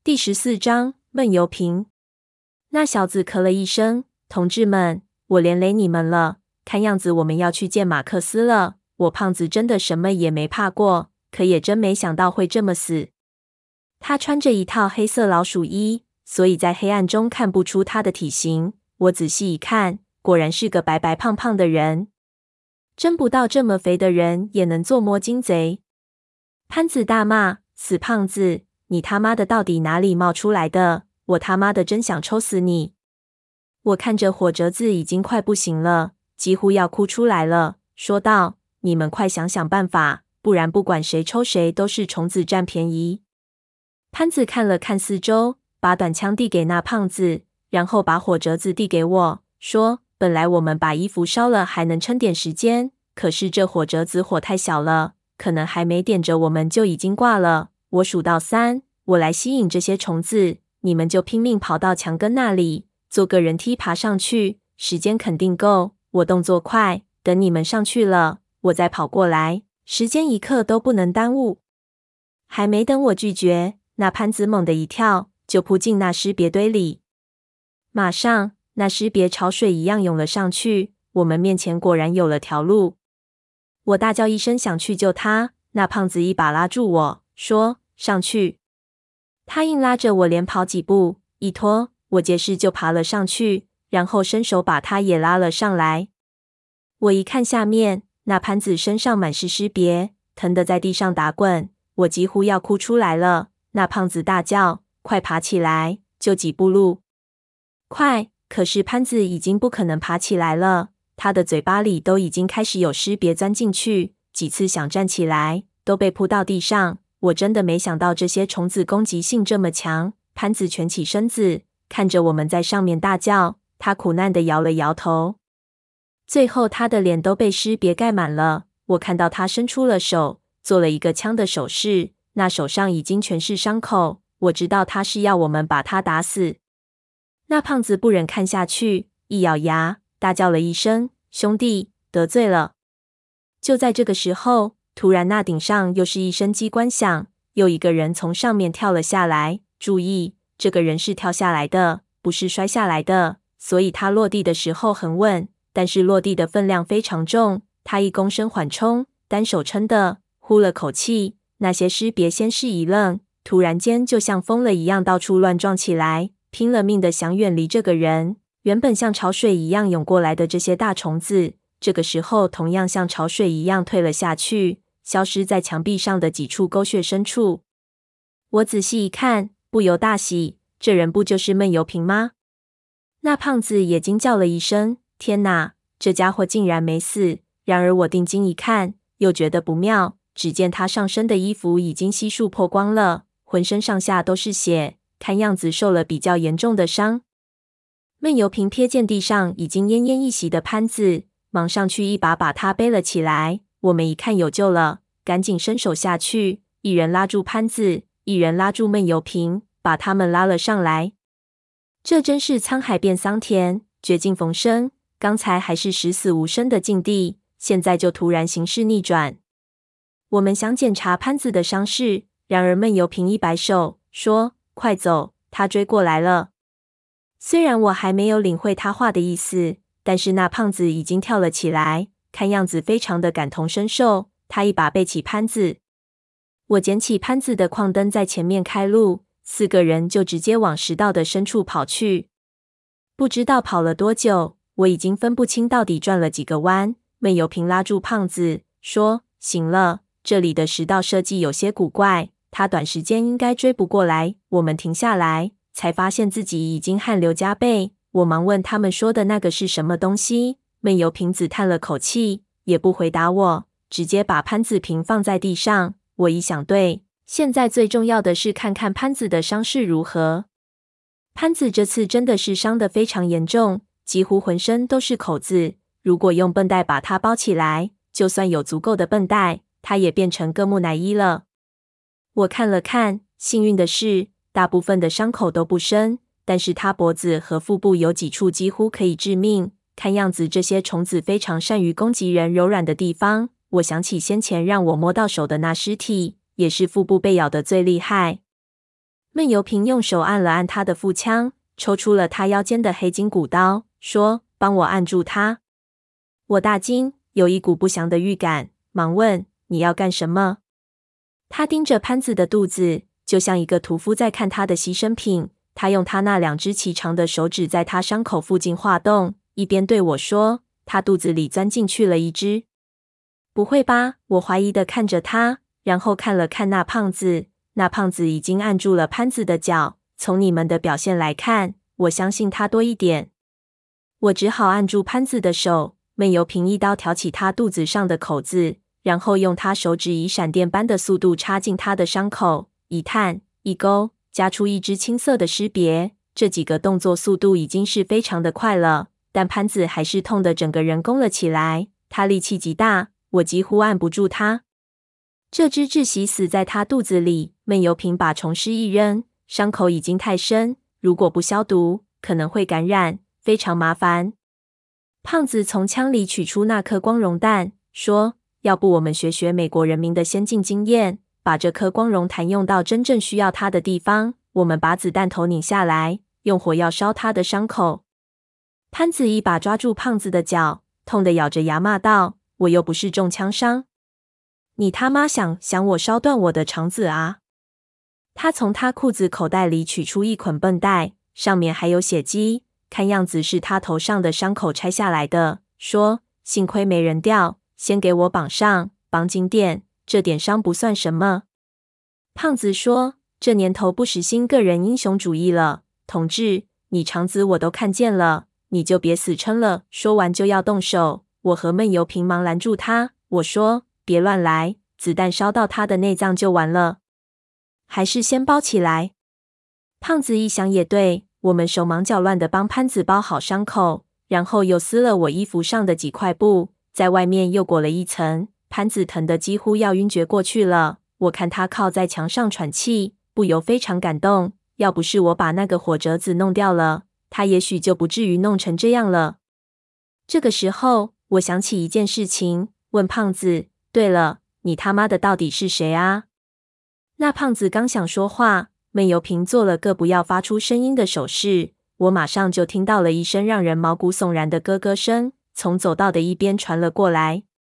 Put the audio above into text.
第14章闷油瓶。那小子咳了一声，同志们，我连累你们了，看样子我们要去见马克思了。我胖子真的什么也没怕过，可也真没想到会这么死。他穿着一套黑色老鼠衣，所以在黑暗中看不出他的体型。我仔细一看，果然是个白白胖胖的人。真不到这么肥的人也能做摸金贼。潘子大骂：死胖子，你他妈的到底哪里冒出来的？我他妈的真想抽死你！我看着火折子已经快不行了，几乎要哭出来了，说道：你们快想想办法，不然不管谁抽谁都是虫子占便宜。潘子看了看四周，把短枪递给那胖子，然后把火折子递给我，说：本来我们把衣服烧了还能撑点时间，可是这火折子火太小了，可能还没点着我们就已经挂了。我数到3，我来吸引这些虫子，你们就拼命跑到墙根那里，做个人梯爬上去，时间肯定够。我动作快，等你们上去了，我再跑过来，时间一刻都不能耽误。还没等我拒绝，那潘子猛地一跳，就扑进那尸别堆里。马上，那尸别潮水一样涌了上去，我们面前果然有了条路。我大叫一声想去救他，那胖子一把拉住我，说：上去。他硬拉着我连跑几步，一拖，我借势就爬了上去，然后伸手把他也拉了上来。我一看下面，那潘子身上满是尸别，疼得在地上打滚，我几乎要哭出来了。那胖子大叫：快爬起来，就几步路。快！可是潘子已经不可能爬起来了，他的嘴巴里都已经开始有尸别钻进去，几次想站起来，都被扑到地上。我真的没想到这些虫子攻击性这么强。潘子蜷起身子，看着我们在上面大叫，他苦难地摇了摇头。最后他的脸都被尸别盖满了，我看到他伸出了手，做了一个枪的手势，那手上已经全是伤口，我知道他是要我们把他打死。那胖子不忍看下去，一咬牙，大叫了一声：兄弟，得罪了。就在这个时候，突然那顶上又是一声机关响，又一个人从上面跳了下来。注意，这个人是跳下来的，不是摔下来的，所以他落地的时候很稳，但是落地的分量非常重。他一躬身缓冲，单手撑的，呼了口气。那些尸别先是一愣，突然间就像疯了一样到处乱撞起来，拼了命的想远离这个人。原本像潮水一样涌过来的这些大虫子，这个时候同样像潮水一样退了下去，消失在墙壁上的几处沟穴深处。我仔细一看，不由大喜，这人不就是闷油瓶吗？那胖子也惊叫了一声，天哪，这家伙竟然没死。然而我定睛一看，又觉得不妙，只见他上身的衣服已经悉数破光了，浑身上下都是血，看样子受了比较严重的伤。闷油瓶瞥见地上已经奄奄一息的潘子，忙上去一把把他背了起来。我们一看有救了，赶紧伸手下去，一人拉住潘子，一人拉住闷油瓶，把他们拉了上来。这真是沧海变桑田，绝境逢生。刚才还是十死无生的境地，现在就突然形势逆转。我们想检查潘子的伤势，然而闷油瓶一摆手，说：快走，他追过来了。虽然我还没有领会他话的意思，但是那胖子已经跳了起来，看样子非常的感同身受。他一把背起潘子，我捡起潘子的矿灯在前面开路，4个人就直接往食道的深处跑去。不知道跑了多久，我已经分不清到底转了几个弯。闷油瓶拉住胖子，说：行了，这里的食道设计有些古怪，他短时间应该追不过来。我们停下来，才发现自己已经汗流浃背。我忙问他们说的那个是什么东西，闷油瓶子叹了口气，也不回答我，直接把潘子平放在地上。我一想，对，现在最重要的是看看潘子的伤势如何。潘子这次真的是伤得非常严重，几乎浑身都是口子，如果用绷带把它包起来，就算有足够的绷带，它也变成个木乃伊了。我看了看，幸运的是，大部分的伤口都不深，但是他脖子和腹部有几处几乎可以致命。看样子这些虫子非常善于攻击人柔软的地方。我想起先前让我摸到手的那尸体，也是腹部被咬得最厉害。 闷油瓶用手按了按他的腹腔，抽出了他腰间的黑金骨刀，说：“帮我按住他。”我大惊，有一股不祥的预感，忙问：“你要干什么？”他盯着潘子的肚子，就像一个屠夫在看他的牺牲品。他用他那2只齐长的手指在他伤口附近划动，一边对我说：“他肚子里钻进去了一只。”不会吧？我怀疑地看着他，然后看了看那胖子。那胖子已经按住了潘子的脚。从你们的表现来看，我相信他多一点。我只好按住潘子的手。闷油瓶一刀挑起他肚子上的口子，然后用他手指以闪电般的速度插进他的伤口，一探一勾，夹出一只青色的尸别。这几个动作速度已经是非常的快了，但潘子还是痛得整个人弓了起来。他力气极大，我几乎按不住他。这只窒息死在他肚子里。闷油瓶把虫尸一扔，伤口已经太深，如果不消毒，可能会感染，非常麻烦。胖子从枪里取出那颗光荣弹，说：“要不我们学学美国人民的先进经验，把这颗光荣弹用到真正需要它的地方。我们把子弹头拧下来，用火药烧他的伤口。”潘子一把抓住胖子的脚，痛得咬着牙骂道：“我又不是中枪伤，你他妈想我烧断我的肠子啊！”他从他裤子口袋里取出一捆绷带，上面还有血迹，看样子是他头上的伤口拆下来的，说：“幸亏没人掉，先给我绑上，绑紧点，这点伤不算什么。”胖子说：“这年头不实行个人英雄主义了，同志，你肠子我都看见了，你就别死撑了。”说完就要动手，我和闷油瓶忙拦住他，我说：“别乱来，子弹烧到他的内脏就完了，还是先包起来。”胖子一想也对，我们手忙脚乱地帮潘子包好伤口，然后又撕了我衣服上的几块布，在外面又裹了一层。潘子疼得几乎要晕厥过去了，我看他靠在墙上喘气，不由非常感动。要不是我把那个火折子弄掉了，他也许就不至于弄成这样了。这个时候，我想起一件事情，问胖子：“对了，你他妈的到底是谁啊？”那胖子刚想说话，闷油瓶做了个不要发出声音的手势，我马上就听到了一声让人毛骨悚然的咯咯声，从走道的一边传了过来。